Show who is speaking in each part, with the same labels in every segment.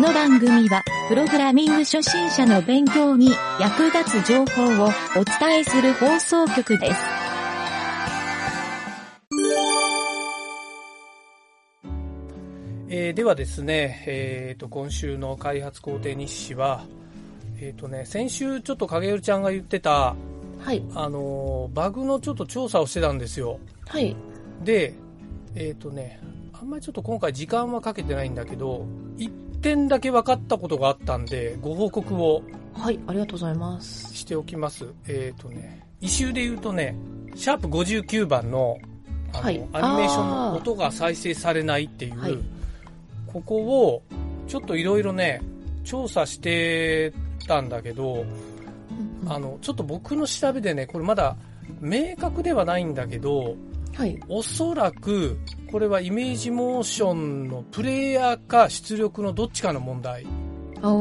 Speaker 1: の番組は、プログラミング初心者の勉強に役立つ情報をお伝えする放送局です。
Speaker 2: ではですね、今週の開発工程日誌は、先週ちょっと影るちゃんが言ってた、
Speaker 3: はい、
Speaker 2: バグのちょっと調査をしてたんですよ。
Speaker 3: はい。
Speaker 2: で、あんまりちょっと今回時間はかけてないんだけど、1点だけ分かったことがあったんで、ご報告を。
Speaker 3: はい、ありがとうございます。
Speaker 2: しておきます。異臭で言うとね、シャープ59番の、
Speaker 3: はい、
Speaker 2: アニメーションの音が再生されないっていう、はい、ここをちょっといろいろね調査してたんだけど、ちょっと僕の調べでねこれまだ明確ではないんだけど、
Speaker 3: はい、
Speaker 2: おそらくこれはイメージモーションのプレイヤーか出力のどっちかの問題っていうか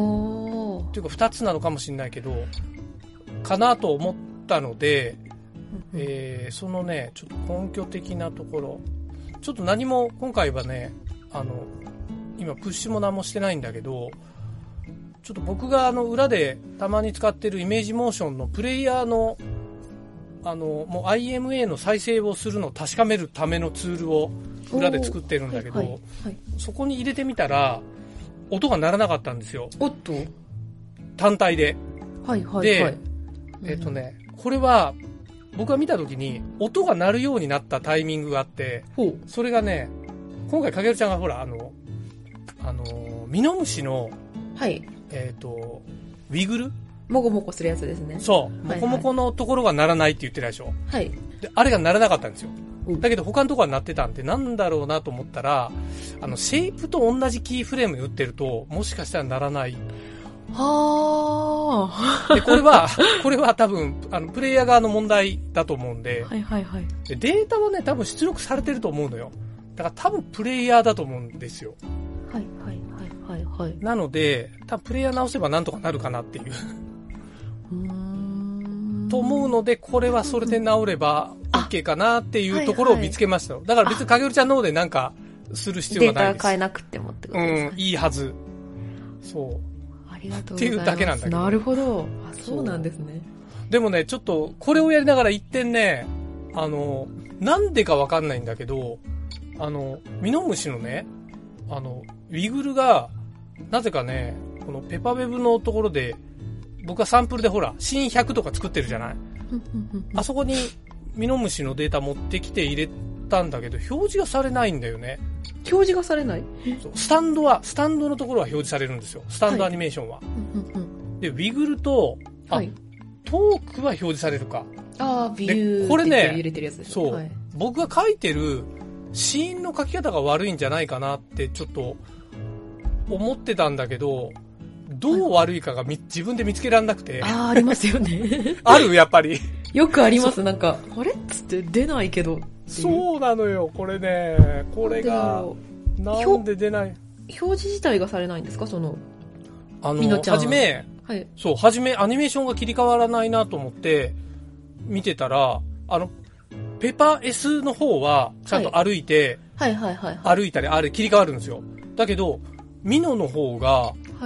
Speaker 2: 2つなのかもしれないけどかなと思ったので、そのねちょっと根拠的なところちょっと何も今回はね今プッシュも何もしてないんだけどちょっと僕が裏でたまに使ってるイメージモーションのプレイヤーのもう IMA の再生をするのを確かめるためのツールを裏で作ってるんだけど、はいはいはい、そこに入れてみたら音が鳴らなかったんですよ。
Speaker 3: おっと
Speaker 2: 単体で、
Speaker 3: はいはいはい、
Speaker 2: でこれは僕が見た時に音が鳴るようになったタイミングがあってそれがね今回かけるちゃんがほらミノムシの、
Speaker 3: はい、
Speaker 2: ウィグル
Speaker 3: もごもこするやつですね。
Speaker 2: そう、もこもこのところが鳴らないって言ってたでしょ。
Speaker 3: はい。
Speaker 2: で、あれが鳴らなかったんですよ。だけど他のところは鳴ってたんで、なんだろうなと思ったら、シェイプと同じキーフレームに打ってると、もしかしたら鳴らない。
Speaker 3: はー。
Speaker 2: で、これは多分、プレイヤー側の問題だと思うんで、
Speaker 3: はいはいはい。
Speaker 2: で、データはね、多分出力されてると思うのよ。だから多分プレイヤーだと思うんですよ。
Speaker 3: はいはいはいはいはい。
Speaker 2: なので、多分プレイヤー直せばなんとかなるかなっていう。と思うのでこれはそれで治れば OK かなっていうところを見つけました、はいはい、だから別にかげるちゃんの方でなんかする必要はないです。
Speaker 3: データ変えなくてもってことですか、
Speaker 2: いいはず。そう
Speaker 3: ありがとうございます。
Speaker 2: っていうだけなんだけど。
Speaker 3: なるほど。そうなんですね。
Speaker 2: でもねちょっとこれをやりながら一点ねなんでかわかんないんだけどミノムシのねウィグルがなぜかねこのペパウェブのところで僕はサンプルでほら、新100とか作ってるじゃないあそこにミノムシのデータ持ってきて入れたんだけど、表示がされないんだよね。
Speaker 3: 表示がされない
Speaker 2: そうスタンドのところは表示されるんですよ。スタンドアニメーションは。はい、で、ウィグルと、はい、トークは表示されるか。
Speaker 3: ビュー
Speaker 2: これね、
Speaker 3: 入れてるやつですね。
Speaker 2: そう、はい。僕が書いてるシーンの書き方が悪いんじゃないかなってちょっと思ってたんだけど、どう悪いかが自分で見つけられなくて。
Speaker 3: ありますよね。
Speaker 2: あるやっぱり。
Speaker 3: よくあります。なんか、あれっつって出ないけど。
Speaker 2: そうなのよ。これね。これが、なんで出ない。
Speaker 3: 表示自体がされないんですか
Speaker 2: はじめ、はい。そう、はじめアニメーションが切り替わらないなと思って、見てたら、ペパ S の方は、ちゃんと歩いて、
Speaker 3: はいはいはい。
Speaker 2: 歩いたり、切り替わるんですよ。だけど、ミノの方が、はい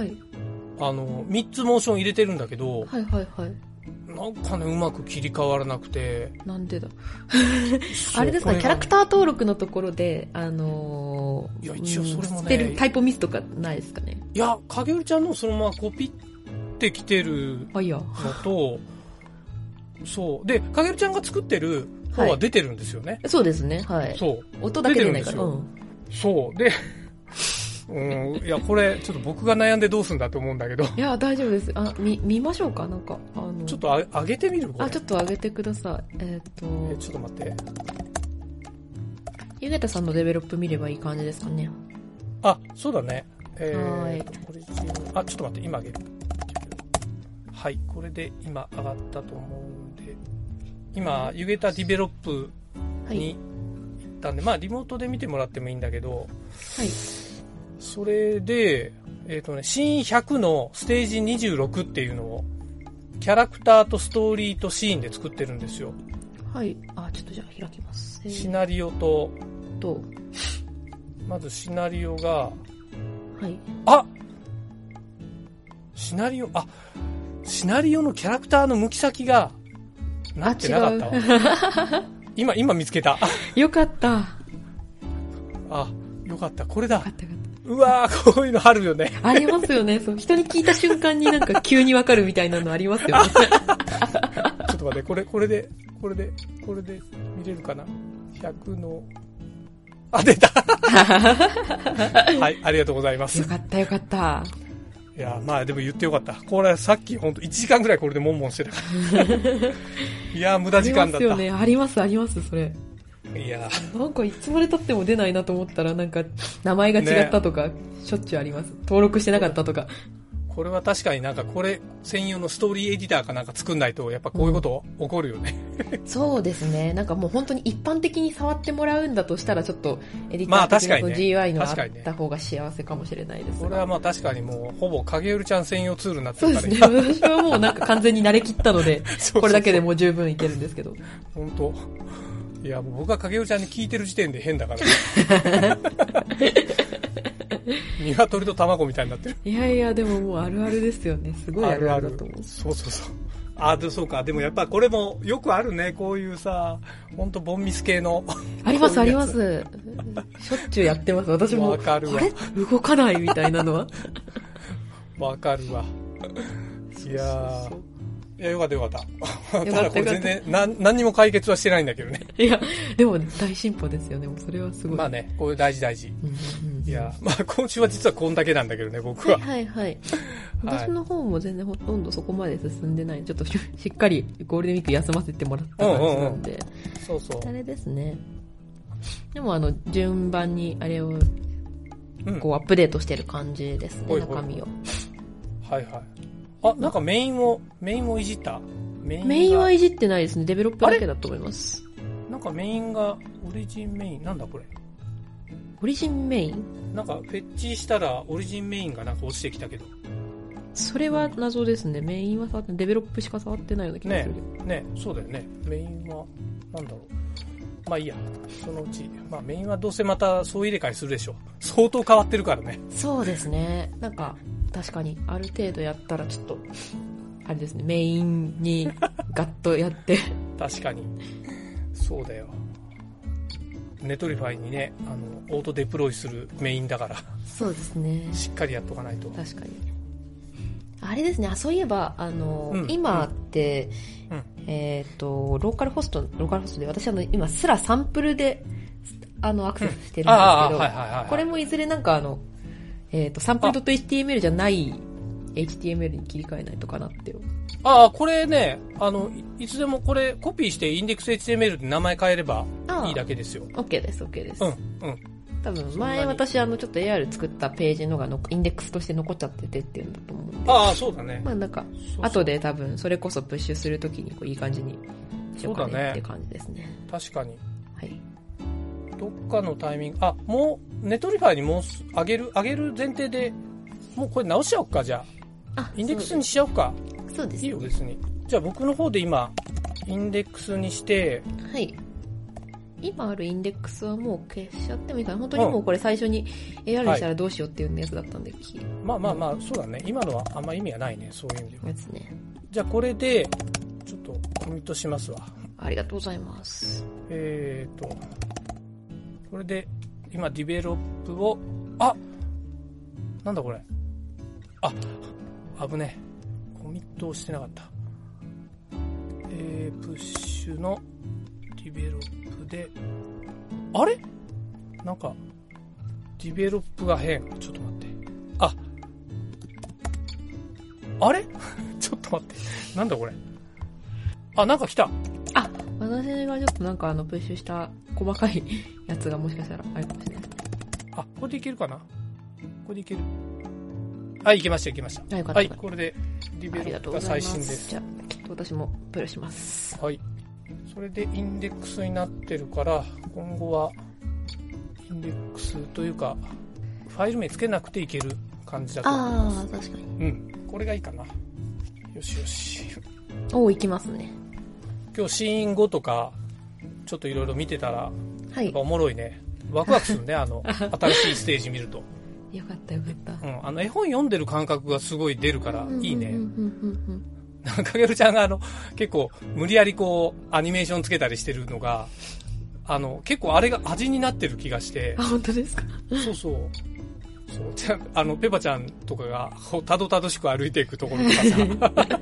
Speaker 2: 。3つモーション入れてるんだけど、
Speaker 3: はいはいはい。
Speaker 2: なんかね、うまく切り替わらなくて。
Speaker 3: なんでだあれですか、キャラクター登録のところで、
Speaker 2: いや、一応それもね。
Speaker 3: タイプミスとかないですかね。
Speaker 2: いや、かげるちゃんのそのままコピってきてるのと、そう。で、かげるちゃんが作ってる方は出てるんですよね。
Speaker 3: はい、そうですね、はい。
Speaker 2: そう。
Speaker 3: 音だけ出ないから。
Speaker 2: そう。で、いや、これ、ちょっと僕が悩んでどうすんだと思うんだけど。
Speaker 3: いや、大丈夫です。見ましょうかなんか、
Speaker 2: ちょっと上げてみるこれ。
Speaker 3: ちょっと上げてください。
Speaker 2: ちょっと待って。
Speaker 3: ゆげたさんのデベロップ見ればいい感じですかね。
Speaker 2: そうだね。
Speaker 3: はい。
Speaker 2: これちょっと待って、今上げる。はい、これで今上がったと思うんで、今、ゆげたディベロップに行ったんで、まあ、リモートで見てもらってもいいんだけど、
Speaker 3: はい。
Speaker 2: それで、シーン100のステージ26っていうのを、キャラクターとストーリーとシーンで作ってるんですよ。
Speaker 3: はい。ちょっとじゃあ開きます。
Speaker 2: シナリオと、まずシナリオが、
Speaker 3: はい。
Speaker 2: シナリオのキャラクターの向き先が、なってなかったわ。今見つけた。
Speaker 3: よかった。
Speaker 2: あ、よかった。これだ。
Speaker 3: よかった。
Speaker 2: うわー、こういうのあるよね。
Speaker 3: ありますよね。そう。人に聞いた瞬間になんか急にわかるみたいなのありますよね。
Speaker 2: ちょっと待って、これで見れるかな ?100 の、あ、出たはい、ありがとうございます。
Speaker 3: よかった。
Speaker 2: いや、まあでも言ってよかった。これさっきほんと1時間ぐらいこれでモンモンしてたから。いや、無駄時間だった。
Speaker 3: ありますよね。あります、それ。
Speaker 2: いや
Speaker 3: なんかいつまで経っても出ないなと思ったらなんか名前が違ったとか、しょっちゅうあります。登録してなかったとか。
Speaker 2: これは確かになんかこれ専用のストーリーエディターかなんか作んないとやっぱこういうこと起こるよね。
Speaker 3: そうですね。なんかもう本当に一般的に触ってもらうんだとしたらちょっとエディター的な GUI のあった方が幸せかもしれないですが。
Speaker 2: これはまあ確かにもうほぼ影うるちゃん専用ツールになってるからね。
Speaker 3: そうですね。私はもうなんか完全に慣れきったのでこれだけでもう十分いけるんですけど。
Speaker 2: 本当。いやもう僕が影うるちゃんに聞いてる時点で変だから、ね。鶏と卵みたいになってる。
Speaker 3: いやいや、でももうあるあるですよね。すごいあるあるだと思う。
Speaker 2: そう。そうか。でもやっぱこれもよくあるね。こういうさ、ほんとボンミス系の。
Speaker 3: あります。しょっちゅうやってます。私も。
Speaker 2: わかるわ。
Speaker 3: あれ動かないみたいなのは。
Speaker 2: わかるわ。いや、よかった。ただこれ全然何にも解決はしてないんだけどね。
Speaker 3: いや、でも大進歩ですよね。もうそれはすごい。
Speaker 2: まあね、これ大事。いや、まあ今週は実はこんだけなんだけどね、僕は。
Speaker 3: はい。私の方も全然ほとんどそこまで進んでない。ちょっとしっかりゴールデンウィーク休ませてもらった感じなんで。
Speaker 2: そう。
Speaker 3: あれですね。でも順番にあれをこうアップデートしてる感じですね、中身を。
Speaker 2: はい。あ、なんかメインをいじった？
Speaker 3: メインはいじってないですね。デベロップだけだと思います。
Speaker 2: なんかメインが、オリジンメイン、なんだこれ。
Speaker 3: オリジンメイン？
Speaker 2: なんかフェッチしたらオリジンメインがなんか落ちてきたけど。
Speaker 3: それは謎ですね。メインは触ってデベロップしか触ってないような気がする。
Speaker 2: ね、そうだよね。メインは、なんだろう。まあいいや。そのうち。まあメインはどうせまた総入れ替えするでしょ。相当変わってるからね。
Speaker 3: そうですね。なんか、確かにある程度やったらちょっとあれですね、メインにガッとやって
Speaker 2: 確かにそうだよ。ネトリファイにね、オートデプロイするメインだから。
Speaker 3: そうですね、
Speaker 2: しっかりやっとかないと。
Speaker 3: 確かに。あれですね、そういえば今って、ローカルホストで私今すらサンプルでアクセスしてるんですけど、これもいずれなんかサンプル .html じゃない HTML に切り替えないとかなってよ。
Speaker 2: これね、いつでもこれコピーしてインデックス HTML で名前変えればいいだけですよ。
Speaker 3: OK です。
Speaker 2: うん。
Speaker 3: 多分前私ちょっと AR 作ったページのがインデックスとして残っちゃっててっていうんだと思うんで。
Speaker 2: そうだね。
Speaker 3: まあなんか、後で多分それこそプッシュするときにいい感じにしようかねって感じですね。
Speaker 2: 確かに。
Speaker 3: はい。
Speaker 2: どっかのタイミング、もう、ネトリファイにもう上げる前提で、もうこれ直しちゃおうか、じゃあ。インデックスにしちゃおうか。
Speaker 3: そうです、ね。
Speaker 2: いいよ、別に。じゃあ僕の方で今、インデックスにして、
Speaker 3: はい。今あるインデックスはもう消しちゃってもいいかな。本当にもうこれ最初に AR にしたらどうしようっていうやつだったんで、
Speaker 2: まあ、そうだね。今のはあんま意味がないね、そういう意味では。
Speaker 3: ですね。
Speaker 2: じゃあこれで、ちょっとコミットしますわ。
Speaker 3: ありがとうございます。
Speaker 2: これで、今ディベロップを、なんだこれ。危ねえ。コミットをしてなかった。プッシュのディベロップで、あれなんか、ディベロップが変。ちょっと待って。あれちょっと待って。なんだこれ。なんか来た。
Speaker 3: 私がちょっとなんかプッシュした細かいやつがもしかしたらあるかもしれない。
Speaker 2: これでいけるかな？これでいける。いけました。はい、これでディベロップが最新です。
Speaker 3: じゃあ、ちょっと私もプルします。
Speaker 2: はい。それでインデックスになってるから、今後はインデックスというか、ファイル名つけなくていける感じだと思います。
Speaker 3: 確かに。
Speaker 2: うん。これがいいかな。よし。
Speaker 3: いきますね。
Speaker 2: 今日シーン5とかちょっといろいろ見てたら、
Speaker 3: はい、
Speaker 2: やっぱおもろいね。ワクワクするね。新しいステージ見ると。
Speaker 3: よかったよかった。
Speaker 2: 絵本読んでる感覚がすごい出るからいいね。かげるちゃんが結構無理やりこうアニメーションつけたりしてるのが結構あれが味になってる気がして。
Speaker 3: あ、本当ですか？
Speaker 2: そうそう。じゃペパちゃんとかがたどたどしく歩いていくところとかさ。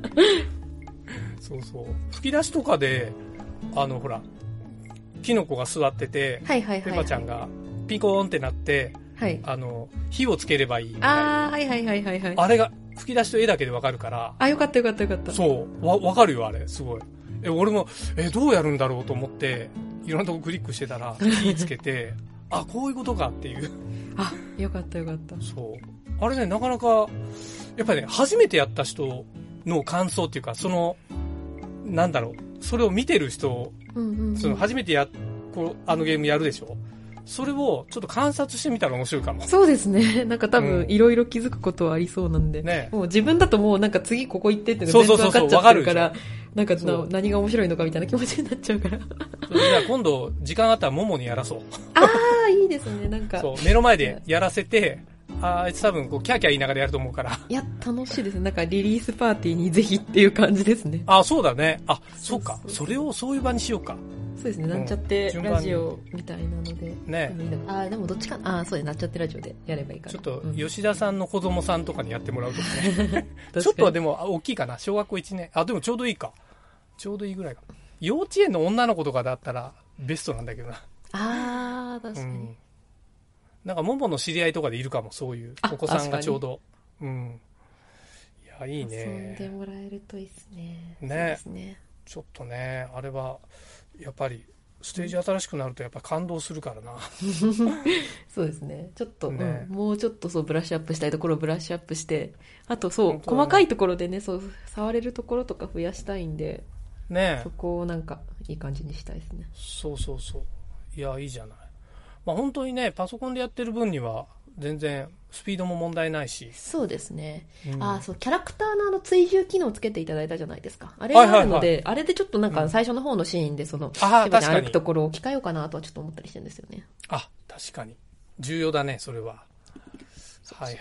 Speaker 2: そうそう。吹き出しとかでほらキノコが座ってて、ペパちゃんがピコーンってなって、はい、火をつければいいみたいな。
Speaker 3: あー、
Speaker 2: あれが吹き出しと絵だけでわかるから。
Speaker 3: あ、よかったよかったよかった。
Speaker 2: そう。わかるよ、あれ。すごい。俺も、どうやるんだろうと思って、いろんなとこクリックしてたら、火つけて、あ、こういうことかっていう。
Speaker 3: あ、よかったよかった。
Speaker 2: そう。あれね、なかなか、やっぱりね、初めてやった人の感想っていうか、なんだろう、それを見てる人、初めてあのゲームやるでしょ？それをちょっと観察してみたら面白いかも。
Speaker 3: そうですね。なんか多分いろいろ気づくことはありそうなんで。ね。もう自分だともうなんか次ここ行ってって全然分かっちゃってるから、なんか何が面白いのかみたいな気持ちになっちゃうから。じゃ
Speaker 2: あ今度時間あったらモモにやらそう。
Speaker 3: ああ、いいですね。なんか。
Speaker 2: そう、目の前でやらせて、あいつ多分キャーキャー言いながらやると思うから。
Speaker 3: いや、楽しいですね。なんかリリースパーティーにぜひっていう感じですね。
Speaker 2: あ、そうだね。あ、そうか。それをそういう場にしようか。
Speaker 3: そうですね、なんちゃってラジオみたいなので。
Speaker 2: ね。
Speaker 3: でもどっちかな。そうです、なんちゃってラジオでやればいいかな。
Speaker 2: ちょっと、吉田さんの子供さんとかにやってもらうとかね。ちょっとでも、大きいかな。小学校1年。でもちょうどいいか。ちょうどいいぐらいか。幼稚園の女の子とかだったらベストなんだけどな。
Speaker 3: 確かに。
Speaker 2: なんか、ももの知り合いとかでいるかも、そういうお子さんがちょうど。いや、いいね。
Speaker 3: 遊んでもらえるといいですね。
Speaker 2: ね。ちょっとね、あれは、やっぱりステージ新しくなるとやっぱ感動するからな。
Speaker 3: そうですね。ちょっと、もうちょっとブラッシュアップしたいところをブラッシュアップして、あと細かいところでね、触れるところとか増やしたいんで、ね、そこをなんかいい感じにしたいですね。
Speaker 2: そう。いや、いいじゃない。まあ本当にね、パソコンでやってる分には全然スピードも問題ないし。
Speaker 3: そうですね。キャラクターの追従機能つけていただいたじゃないですか。あれがあるので、あれでちょっとなんか最初の方のシーンで歩くところを置き換えようかなとはちょっと思ったりしてるんですよね。
Speaker 2: あ、確かに。重要だね、それは。はい。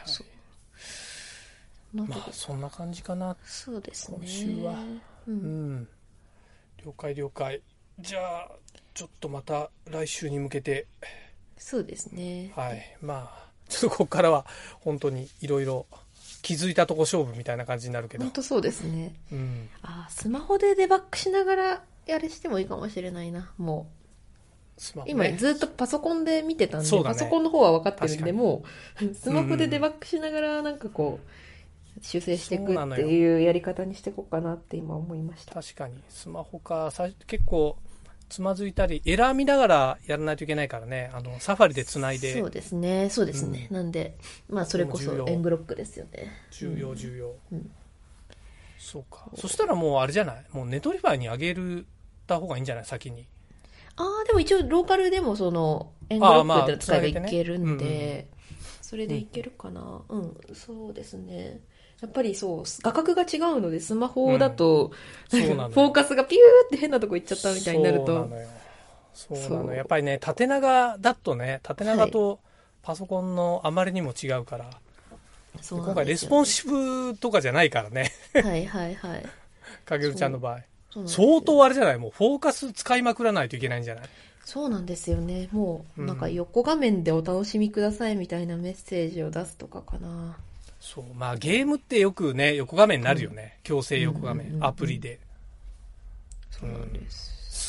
Speaker 2: まあ、そんな感じかな。
Speaker 3: そうですね。
Speaker 2: 今週は。了解。じゃあ、ちょっとまた来週に向けて。
Speaker 3: そうですね。
Speaker 2: はい。まあ、ちょっとここからは本当にいろいろ気づいたとこ勝負みたいな感じになるけど。
Speaker 3: 本当そうですね。スマホでデバッグしながらやれしてもいいかもしれないな。もう。スマホね、今ずっとパソコンで見てたんで、パソコンの方は分かってるんで、もうスマホでデバッグしながらなんか修正していくっていうやり方にしていこうかなって今思いました。
Speaker 2: 確かに。スマホか、結構つまずいたり、エラー見ながらやらないといけないからね。サファリでつないで。
Speaker 3: そうですね。なんで、まあ、それこそエングロックですよね。
Speaker 2: 重要。そうか。そしたらもうあれじゃない？もうネトリファイに上げた方がいいんじゃない？先に。
Speaker 3: でも一応ローカルでもエングロックって使えばいけるんで、それでいけるかな。そうですね。やっぱり画角が違うので、スマホだと、フォーカスがピューって変なとこ行っちゃったみたいになると。
Speaker 2: そうなのよ。やっぱりね、縦長だとね、縦長とパソコンのあまりにも違うから、今回レスポンシブとかじゃないからね。
Speaker 3: はい。
Speaker 2: かげるちゃんの場合。相当あれじゃない？もうフォーカス使いまくらないといけないんじゃない？
Speaker 3: そうなんですよね。もう、なんか横画面でお楽しみくださいみたいなメッセージを出すとかかな。
Speaker 2: そう。まあゲームってよくね、横画面になるよね。強制横画面。アプリで。
Speaker 3: そうなんです。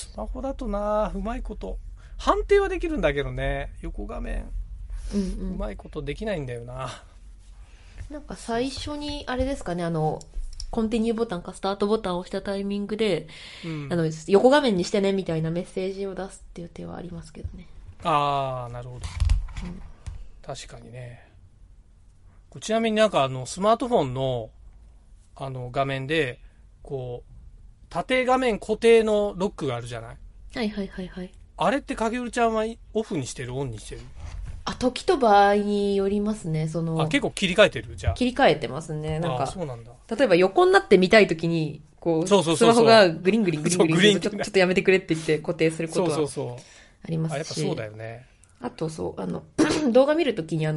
Speaker 2: スマホだとな、うまいこと。判定はできるんだけどね、横画面。うまいことできないんだよな。
Speaker 3: なんか最初に、あれですかね、コンティニューボタンかスタートボタンを押したタイミングで、横画面にしてねみたいなメッセージを出すっていう手はありますけどね。
Speaker 2: なるほど。確かにね。ちなみになんかスマートフォンの画面で縦画面固定のロックがあるじゃない？
Speaker 3: はい。
Speaker 2: あれって影るちゃんはオフにしてる？オンにしてる？
Speaker 3: 時と場合によりますね。
Speaker 2: 結構切り替えてる？じゃあ。
Speaker 3: 切り替えてますね。なんか、
Speaker 2: そうなんだ。
Speaker 3: 例えば横になって見たいときに、スマホがグリングリンちょっとやめてくれって言って固定することはありますし。
Speaker 2: やっぱそうだよね。
Speaker 3: あと動画見るときに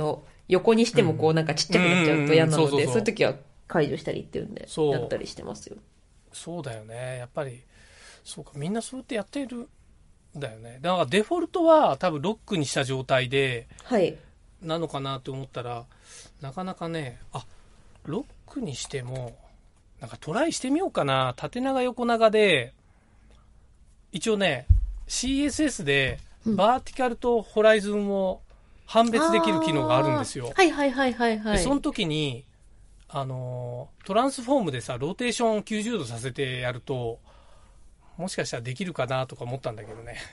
Speaker 3: 横にしてもこうなんかちっちゃくなっちゃうと嫌なので、そういう時は解除したりっていうんで、やったりしてますよ。
Speaker 2: そうだよね。やっぱり、そうか、みんなそうやってやってるんだよね。だからデフォルトは多分ロックにした状態で、
Speaker 3: はい。
Speaker 2: なのかなと思ったら、なかなかね、ロックにしても、なんかトライしてみようかな。縦長横長で、一応ね、CSS で、バーティカルとホライズンを判別できる機能があるんですよ。
Speaker 3: はいはいはいはいはい。
Speaker 2: で、その時に、トランスフォームでさ、ローテーション90度させてやると、もしかしたらできるかなとか思ったんだけどね。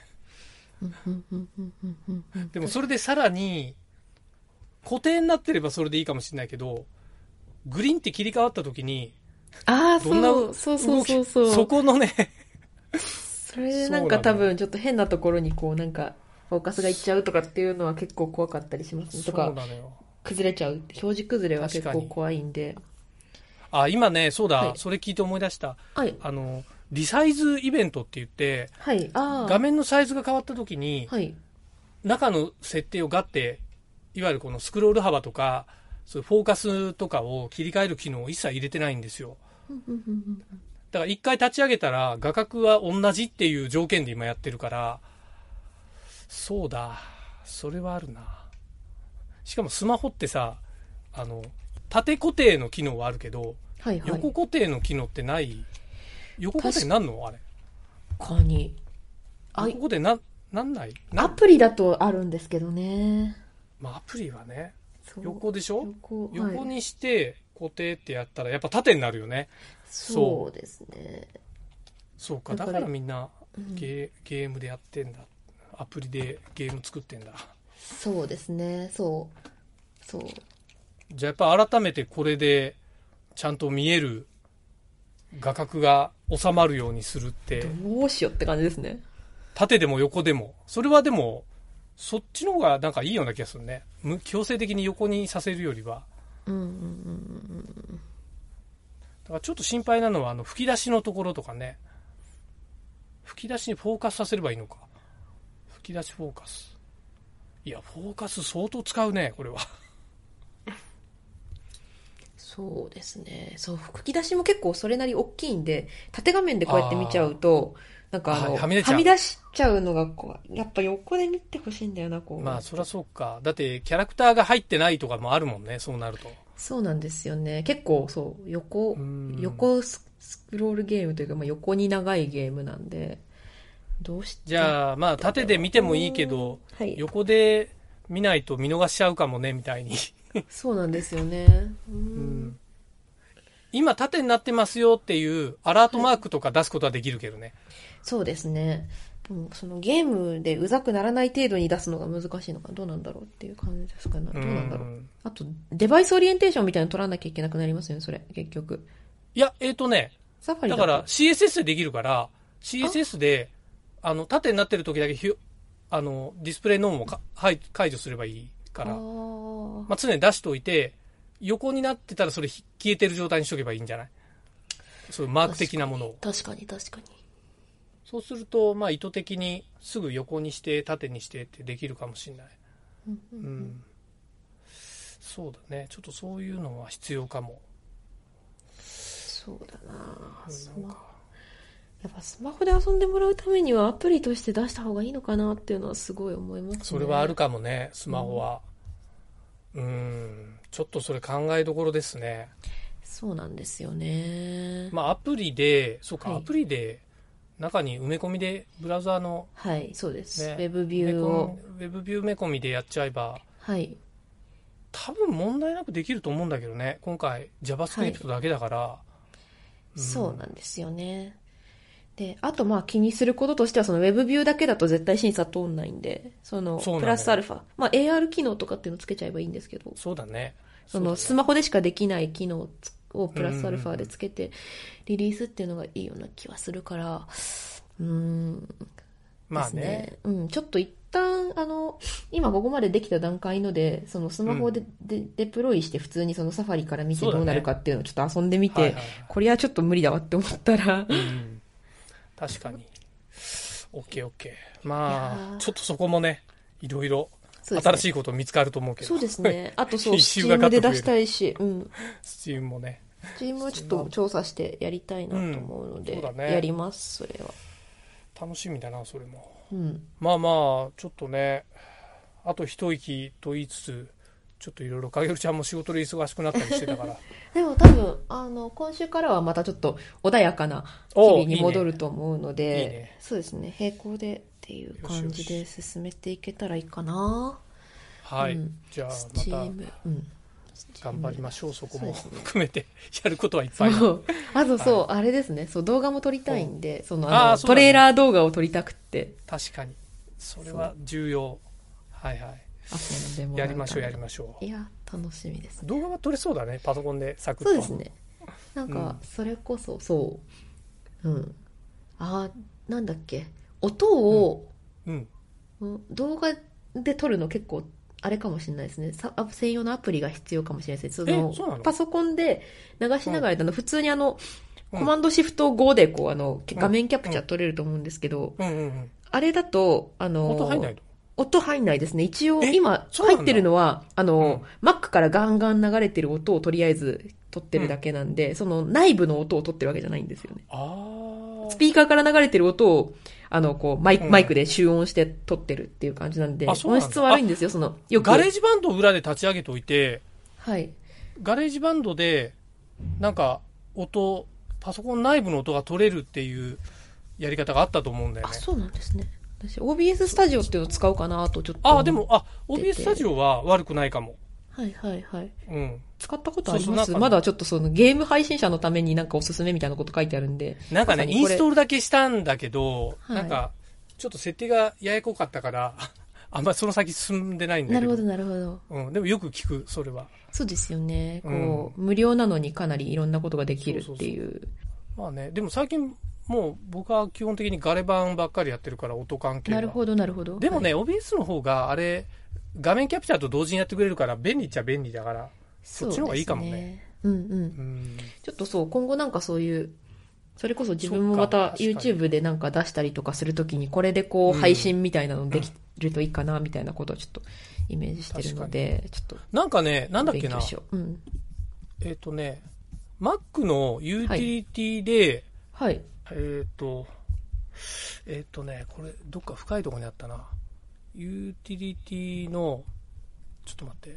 Speaker 2: でもそれでさらに、固定になってればそれでいいかもしれないけど、グリーンって切り替わった時に、どんな動き、
Speaker 3: そう。
Speaker 2: そこのね、
Speaker 3: それでなんか多分ちょっと変なところにこうなんか、フォーカスがいっちゃうとかっていうのは結構怖かったりしますね。とか、崩れちゃう。表示崩れは結構怖いんで。
Speaker 2: 今ね、そうだ、
Speaker 3: はい、
Speaker 2: それ聞いて思い出した。
Speaker 3: はい。
Speaker 2: リサイズイベントって言って、
Speaker 3: はい。
Speaker 2: 画面のサイズが変わった時に、
Speaker 3: はい。
Speaker 2: 中の設定をガッて、いわゆるこのスクロール幅とか、そういうフォーカスとかを切り替える機能を一切入れてないんですよ。だから一回立ち上げたら画角は同じっていう条件で今やってるから、そうだ、それはあるな。しかもスマホってさ、縦固定の機能はあるけど、
Speaker 3: はいはい、
Speaker 2: 横固定の機能ってない。横固定なんのあれ。
Speaker 3: 確かに。
Speaker 2: 横固定なんない
Speaker 3: アプリだとあるんですけどね。
Speaker 2: まあアプリはね、横でしょ、
Speaker 3: 横
Speaker 2: にして固定ってやったらやっぱ縦になるよね。
Speaker 3: そうですね。
Speaker 2: そうか、だからみんなゲームでやってんだ。アプリでゲーム作ってんだ。
Speaker 3: そうですね。そう。
Speaker 2: じゃあやっぱ改めてこれでちゃんと見える画角が収まるようにするって。
Speaker 3: どうしようって感じですね。
Speaker 2: 縦でも横でも。それはでも、そっちの方がなんかいいような気がするね。強制的に横にさせるよりは。だからちょっと心配なのは吹き出しのところとかね。吹き出しにフォーカスさせればいいのか。吹き出しフォーカス。いや、フォーカス相当使うね、これは。
Speaker 3: そうですね。そう、吹き出しも結構それなり大きいんで、縦画面でこうやって見ちゃうと、なんかはみ出しちゃうのがこう、やっぱ横で見てほしいんだよな、こう。
Speaker 2: まあ、そりゃそうか。だって、キャラクターが入ってないとかもあるもんね、そうなると。
Speaker 3: そうなんですよね。結構、そう、横スクロールゲームというか、まあ、横に長いゲームなんで、どうして。
Speaker 2: じゃあ、まあ、縦で見てもいいけど、はい、横で見ないと見逃しちゃうかもね、みたいに。
Speaker 3: そうなんですよね。
Speaker 2: 今縦になってますよっていうアラートマークとか出すことはできるけどね。
Speaker 3: そうですね。そのゲームでうざくならない程度に出すのが難しいのかどうなんだろうっていう感じですかね。どうなんだろう。あと、デバイスオリエンテーションみたいなの取らなきゃいけなくなりますよね、それ、結局。
Speaker 2: いや、
Speaker 3: サファリ
Speaker 2: だから CSS でできるから、CSS で、縦になってる時だけディスプレイノームを解除すればいいから、まあ、常に出しておいて、横になってたらそれ消えてる状態にしとけばいいんじゃない？そういうマーク的なものを。
Speaker 3: 確かに。
Speaker 2: そうすると、まあ意図的にすぐ横にして縦にしてってできるかもしれない。そうだね。ちょっとそういうのは必要かも。
Speaker 3: そうだな。やっぱスマホで遊んでもらうためにはアプリとして出した方がいいのかなっていうのはすごい思いますね。
Speaker 2: それはあるかもね、スマホは。ちょっとそれ考えどころですね。
Speaker 3: そうなんですよね。
Speaker 2: まあアプリで、アプリで中に埋め込みでブラウザーの、
Speaker 3: はい、そうです。ウェブビュー
Speaker 2: 埋め込みでやっちゃえば、
Speaker 3: はい。
Speaker 2: 多分問題なくできると思うんだけどね。今回 JavaScript だけだから。
Speaker 3: そうなんですよね。で、あとまあ気にすることとしては、そのウェブビューだけだと絶対審査通んないんで、プラスアルファ。まあ AR 機能とかっていうのつけちゃえばいいんですけど。
Speaker 2: そうだね。
Speaker 3: スマホでしかできない機能をプラスアルファでつけてリリースっていうのがいいような気はするから、
Speaker 2: まあね。
Speaker 3: ちょっと一旦、今ここまでできた段階ので、そのスマホで、デプロイして普通にそのサファリから見てどうなるかっていうのをちょっと遊んでみて、これはちょっと無理だわって思ったら、
Speaker 2: 確かに。オッケー。まあ、ちょっとそこもね、いろいろ新しいこと見つかると思うけど。
Speaker 3: そうですね。あとそう、スチームで出したいし、
Speaker 2: スチームもね。
Speaker 3: スチームはちょっと調査してやりたいなと思うので、そうだね、やります、それは。
Speaker 2: 楽しみだな、それも。まあまあ、ちょっとね、あと一息と言いつつ、ちょっといろいろ影るちゃんも仕事で忙しくなったりしてたから
Speaker 3: でも多分今週からはまたちょっと穏やかな日々に戻ると思うので、いいね、そうですね、並行でっていう感じで進めていけたらいいかな。
Speaker 2: はい、じゃあまた頑張りましょう。そこも含めてやることはいっぱい。
Speaker 3: あとそう、あれですね、そう動画も撮りたいんで、トレーラー動画を撮りたくて。
Speaker 2: 確かにそれは重要。はいはい。やりましょうやりましょう。
Speaker 3: いや楽しみです、ね、
Speaker 2: 動画は撮れそうだね、パソコンでサクッと。
Speaker 3: そうですね、なんかそれこそなんだっけ、音を、動画で撮るの結構あれかもしれないですね。専用のアプリが必要かもしれないですね。パソコンで流しながら、普通にコマンドシフト5でこう画面キャプチャー撮れると思うんですけど、あれだと
Speaker 2: 音入んないの？
Speaker 3: 音入んないですね。一応今入ってるのはMac からガンガン流れてる音をとりあえず撮ってるだけなんで、その内部の音を撮ってるわけじゃないんですよね。スピーカーから流れてる音をこうマイクで集音して撮ってるっていう感じなんで、音質悪いんですよ。よく
Speaker 2: ガレージバンドを裏で立ち上げておいて、
Speaker 3: はい、
Speaker 2: ガレージバンドでなんかパソコン内部の音が取れるっていうやり方があったと思うんだよね。
Speaker 3: そうなんですね。私 OBS スタジオっていうのを使うかなとちょっと。
Speaker 2: でもOBS スタジオは悪くないかも。
Speaker 3: はいはいはい。使ったことあります？
Speaker 2: そうそう、
Speaker 3: まだちょっとゲーム配信者のためになんかおすすめみたいなこと書いてあるんで。
Speaker 2: なんかね、インストールだけしたんだけど、なんかちょっと設定がややこかったからあんまりその先進んでないんだけど。
Speaker 3: なるほど。
Speaker 2: でもよく聞く、それは。
Speaker 3: そうですよね。無料なのにかなりいろんなことができるっていう。
Speaker 2: まあね、でも最近もう僕は基本的にガレ版ばっかりやってるから、音関係は。
Speaker 3: なるほど。
Speaker 2: でもね、OBS の方があれ、画面キャプチャーと同時にやってくれるから便利っちゃ便利だから、そっちの方がいいかもね。ちょっと今後なんかそういう、それこそ自分もまた YouTube でなんか出したりとかするときにこれで配信みたいなのできるといいかなみたいなことをちょっとイメージしてるので、ちょっとなんかね、なんだっけな、Mac のユーティリティで、
Speaker 3: はい、
Speaker 2: これどっか深いところにあったな。ユーティリティのちょっと待って、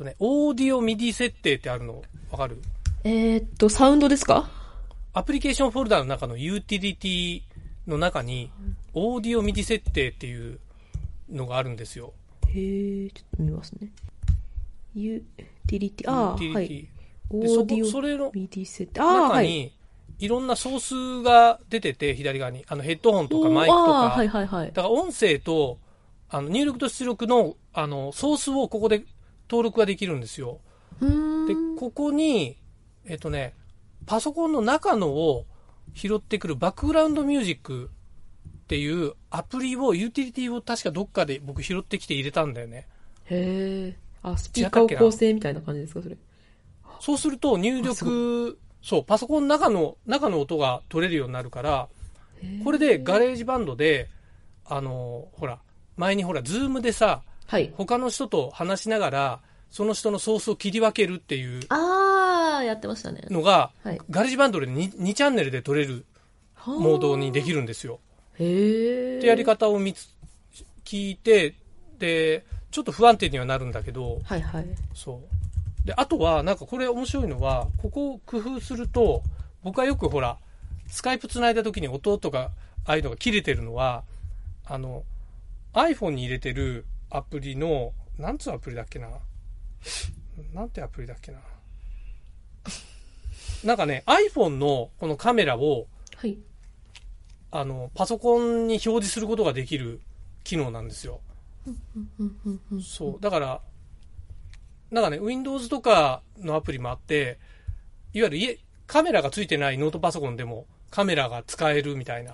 Speaker 2: オーディオミディ設定ってあるのわかる？
Speaker 3: サウンドですか？
Speaker 2: アプリケーションフォルダの中のユーティリティの中にオーディオミディ設定っていうのがあるんですよ。
Speaker 3: ちょっと見ますね。ユーティリティ、はい。オーディオミディ設定。
Speaker 2: 中にいろんなソースが出てて、左側にヘッドホンとかマイクとか、だから音声と入力と出力のソースをここで登録ができるんですよ。でここにパソコンの中のを拾ってくるバックグラウンドミュージックっていうアプリを、ユーティリティを確かどっかで僕拾ってきて入れたんだよね。
Speaker 3: へー。スピーカーを構成みたいな感じですか、それ。
Speaker 2: そうすると入力、パソコンの中の音が取れるようになるから、これでガレージバンドで、前にズームでさ、他の人と話しながら、その人のソースを切り分けるっていう
Speaker 3: やってましたね。
Speaker 2: のが、ガレージバンドで 2チャンネルで撮れるモードにできるんですよ。ってやり方を聞いて、で、ちょっと不安定にはなるんだけど、で、あとは、なんかこれ面白いのは、ここを工夫すると、僕はよくスカイプ繋いだ時に音とか、ああいうのが切れてるのは、iPhone に入れてるアプリの、なんつうアプリだっけな。なんてアプリだっけな。なんかね、iPhone のこのカメラを、パソコンに表示することができる機能なんですよ。だから、なんかね、Windows とかのアプリもあって、いわゆるカメラがついてないノートパソコンでもカメラが使えるみたいな。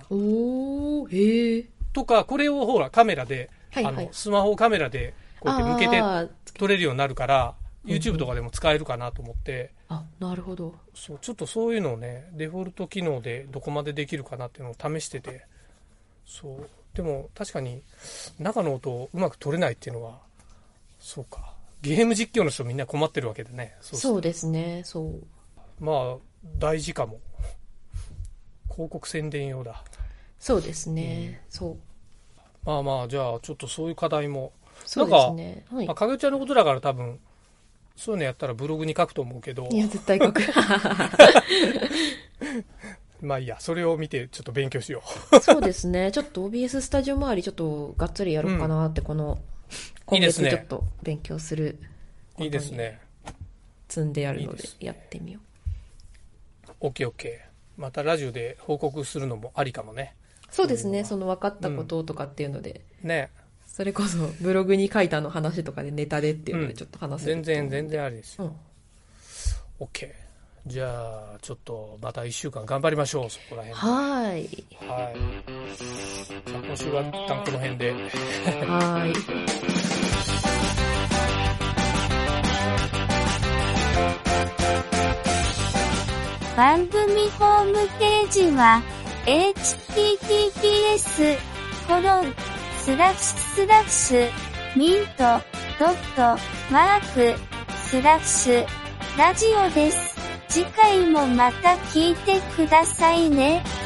Speaker 2: とか、これをカメラで、スマホカメラでこうやって向けて撮れるようになるから、YouTube とかでも使えるかなと思って。
Speaker 3: なるほど。
Speaker 2: ちょっとそういうのをね、デフォルト機能でどこまでできるかなっていうのを試してて、 そう。でも確かに中の音をうまく取れないっていうのは、そうか。ゲーム実況の人みんな困ってるわけでね。
Speaker 3: そうですね、そう。
Speaker 2: まあ、大事かも。広告宣伝用だ。
Speaker 3: そうですね、そう。
Speaker 2: まあまあ、じゃあちょっとそういう課題も。
Speaker 3: そうですね。
Speaker 2: はい。まあ、かげちゃんのことだから多分、そういうのやったらブログに書くと思うけど。
Speaker 3: いや、絶対書く。
Speaker 2: まあいいや、それを見てちょっと勉強しよう。
Speaker 3: そうですね。ちょっと OBS スタジオ周りちょっとがっつりやろうかなって、この、今月ちょっと勉強する。
Speaker 2: いいですね。
Speaker 3: 積んでやるのでやってみよ
Speaker 2: う。OK。またラジオで報告するのもありかもね。
Speaker 3: そうですね。その分かったこととかっていうので。
Speaker 2: ね。
Speaker 3: それこそブログに書いたの話とかでネタでっていうのでちょっと話せる、
Speaker 2: 全然ありですよ。OK。じゃあちょっとまた1週間頑張りましょう、そこら辺
Speaker 3: はい。
Speaker 2: じゃあ今週は一旦この辺で。
Speaker 3: はい。
Speaker 4: 番組ホームページは https://mint.mark/ラジオです。次回もまた聞いてくださいね。